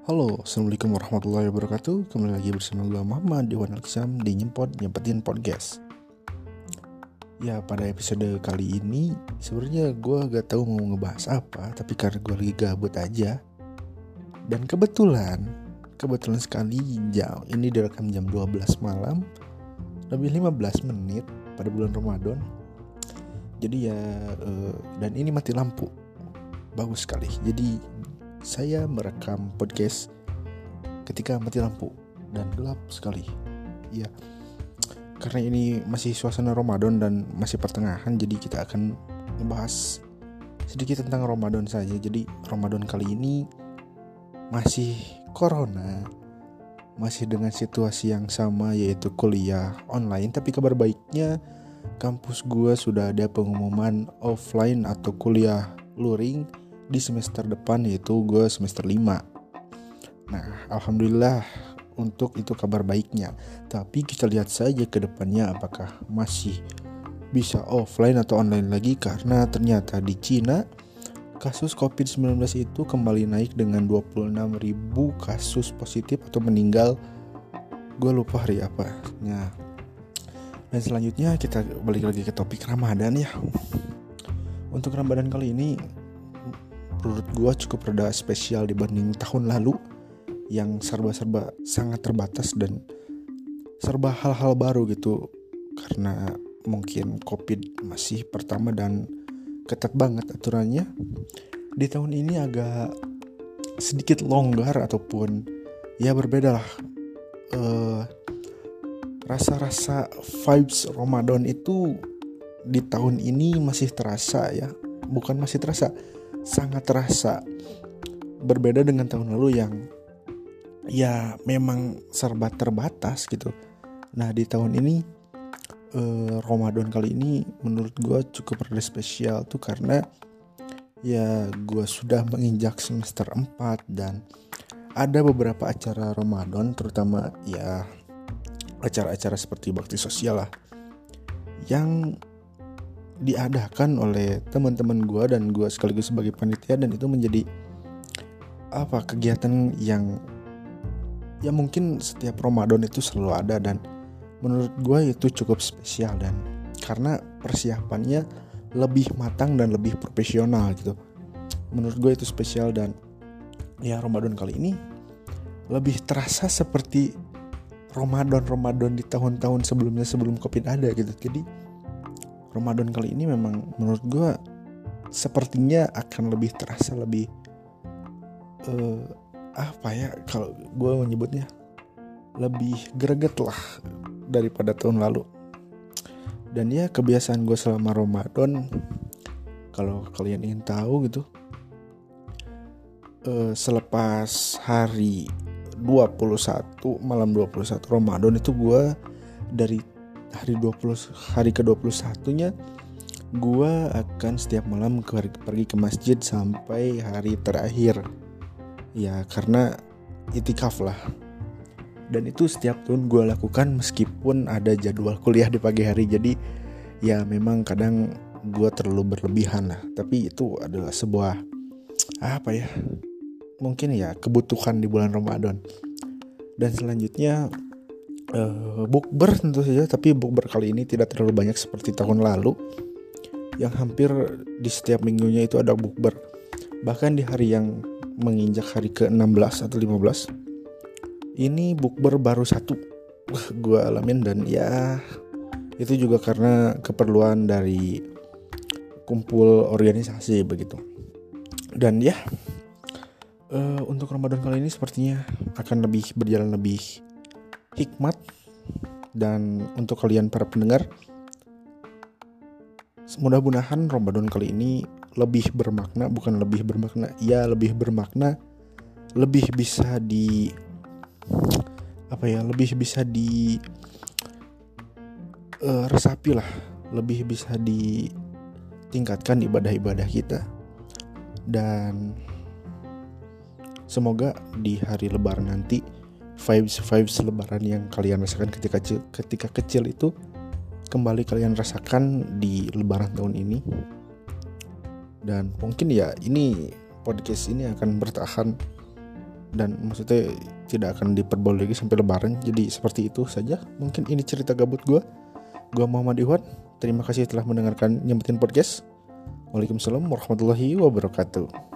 Halo, Assalamualaikum warahmatullahi wabarakatuh. Kembali lagi bersama gue Muhammad Dewan Al-Kisam di Nyempetin Podcast. Ya, pada episode kali ini sebenarnya gue gak tahu mau ngebahas apa, tapi karena gue lagi gabut aja. Dan kebetulan sekali ini direkam jam 12 malam, lebih 15 menit pada bulan Ramadan. Jadi dan ini mati lampu. Bagus sekali. Jadi saya merekam podcast ketika mati lampu dan gelap sekali. Ya, karena ini masih suasana Ramadan dan masih pertengahan, jadi kita akan membahas sedikit tentang Ramadan saja. Jadi Ramadan kali ini masih corona, masih dengan situasi yang sama, yaitu kuliah online. Tapi kabar baiknya kampus gue sudah ada pengumuman offline atau kuliah luring di semester depan, yaitu gue semester 5. Nah, alhamdulillah untuk itu kabar baiknya. Tapi kita lihat saja ke depannya apakah masih bisa offline atau online lagi, karena ternyata di Cina kasus COVID-19 itu kembali naik dengan 26.000 kasus positif atau meninggal. Gue lupa hari apa. Nah, dan selanjutnya kita balik lagi ke topik Ramadan ya. Untuk Ramadan kali ini menurut gue cukup rada spesial dibanding tahun lalu yang serba-serba sangat terbatas dan serba hal-hal baru gitu, karena mungkin COVID masih pertama dan ketat banget aturannya. Di tahun ini agak sedikit longgar ataupun ya berbeda lah. Rasa-rasa vibes Ramadan itu di tahun ini masih terasa ya, bukan masih terasa, sangat terasa. Berbeda dengan tahun lalu yang ya memang serba terbatas gitu. Nah, di tahun ini Ramadan kali ini menurut gue cukup rada spesial tuh karena ya gue sudah menginjak semester 4 dan ada beberapa acara Ramadan, terutama ya acara-acara seperti bakti sosial lah yang diadakan oleh teman-teman gue dan gue sekaligus sebagai panitia, dan itu menjadi kegiatan yang ya mungkin setiap Ramadan itu selalu ada, dan menurut gue itu cukup spesial dan karena persiapannya lebih matang dan lebih profesional gitu. Menurut gue itu spesial, dan ya Ramadan kali ini lebih terasa seperti Ramadan di tahun-tahun sebelumnya, sebelum COVID ada gitu. Jadi Ramadan kali ini memang menurut gue sepertinya akan lebih terasa, lebih kalau gue menyebutnya lebih greget lah daripada tahun lalu. Dan ya kebiasaan gue selama Ramadan, kalau kalian ingin tahu gitu, selepas hari 21 malam 21 Ramadan itu gue dari hari ke-21-nya gue akan setiap malam pergi ke masjid sampai hari terakhir. Ya karena itikaf lah. Dan itu setiap tahun gue lakukan meskipun ada jadwal kuliah di pagi hari. Jadi ya memang kadang gue terlalu berlebihan lah. Tapi itu adalah sebuah mungkin ya kebutuhan di bulan Ramadan. Dan selanjutnya bukber tentu saja, tapi bukber kali ini tidak terlalu banyak seperti tahun lalu yang hampir di setiap minggunya itu ada bukber. Bahkan di hari yang menginjak hari ke-16 atau 15 ini bukber baru satu gue alamin, dan ya itu juga karena keperluan dari kumpul organisasi begitu. Dan ya untuk Ramadan kali ini sepertinya akan berjalan lebih hikmat. Dan untuk kalian para pendengar, mudah-mudahan Ramadan kali ini lebih bermakna, lebih bermakna, lebih bisa resapi lah, lebih bisa ditingkatkan ibadah-ibadah kita. Dan semoga di hari Lebaran nanti vibes Lebaran yang kalian rasakan ketika kecil itu kembali kalian rasakan di Lebaran tahun ini. Dan mungkin ya ini podcast ini akan bertahan dan maksudnya tidak akan diperboleh lagi sampai lebaran. Jadi seperti itu saja mungkin ini cerita gabut gue Muhammad Iwan. Terima kasih telah mendengarkan Nyempetin Podcast. Waalaikumsalam warahmatullahi wabarakatuh.